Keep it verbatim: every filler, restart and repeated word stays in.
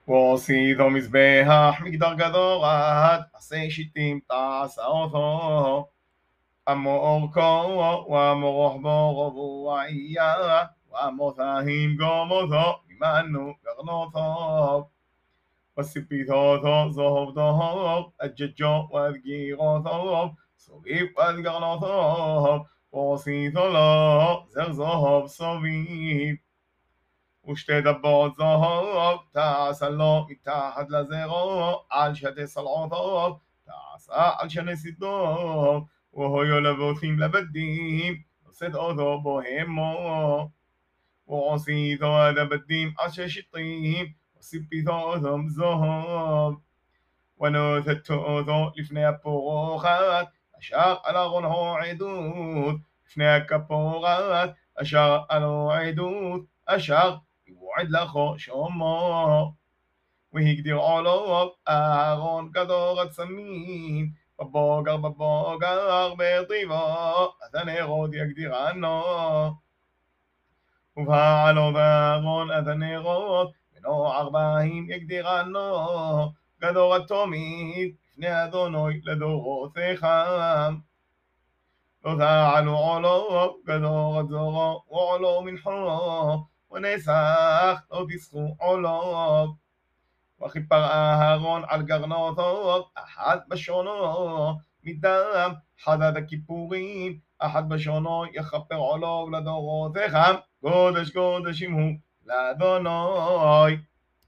ועשיתו מזבח מגדר גדורת, עשה שיטים תעשה אותו. אמור כה ואמור רוחבו רבועיה, ואמותיים גומותו, עמנו גרנותו. וסיפיתו זהוב דהוב, אג'ג'ו ודגירותו, סוביב ודגרנותו, ועשיתו לו זר זהוב סוביב. ושתי דבות זהוב תעשה לו מתחת לזרו, על שתי סלעותו תעשה על שני שדות, והיו לבוטים לבדים, נושאת אותו בוהמו. ועשיתו עד הבדים על ששתים, וסיפיתו אותם זהוב. ונותתו אותו לפני הפורחת, אשר על ארונו עדות, לפני הכפורת, אשר עלו עדות, אשר יבועד לכו שומו. והגדיר עולו אהרון כדור עצמים, בבוגר בבוגר בטבעו, את הנרות יגדירנו. ובעלו ואהרון את הנרות, בנו ארבעים יגדירנו, גדור התומית לפני אדוני לדורותיך. לא תעלו עולו גדור עד זורו, ועולו מנחו, ונסך לא תסחו עולו. וכיפר אהרון על גרנותו, אחת בשונו מדם חדת הכיפורים, אחת בשונו יכפר עולו לדורותיך, קודש קודשים הוא לאדוני.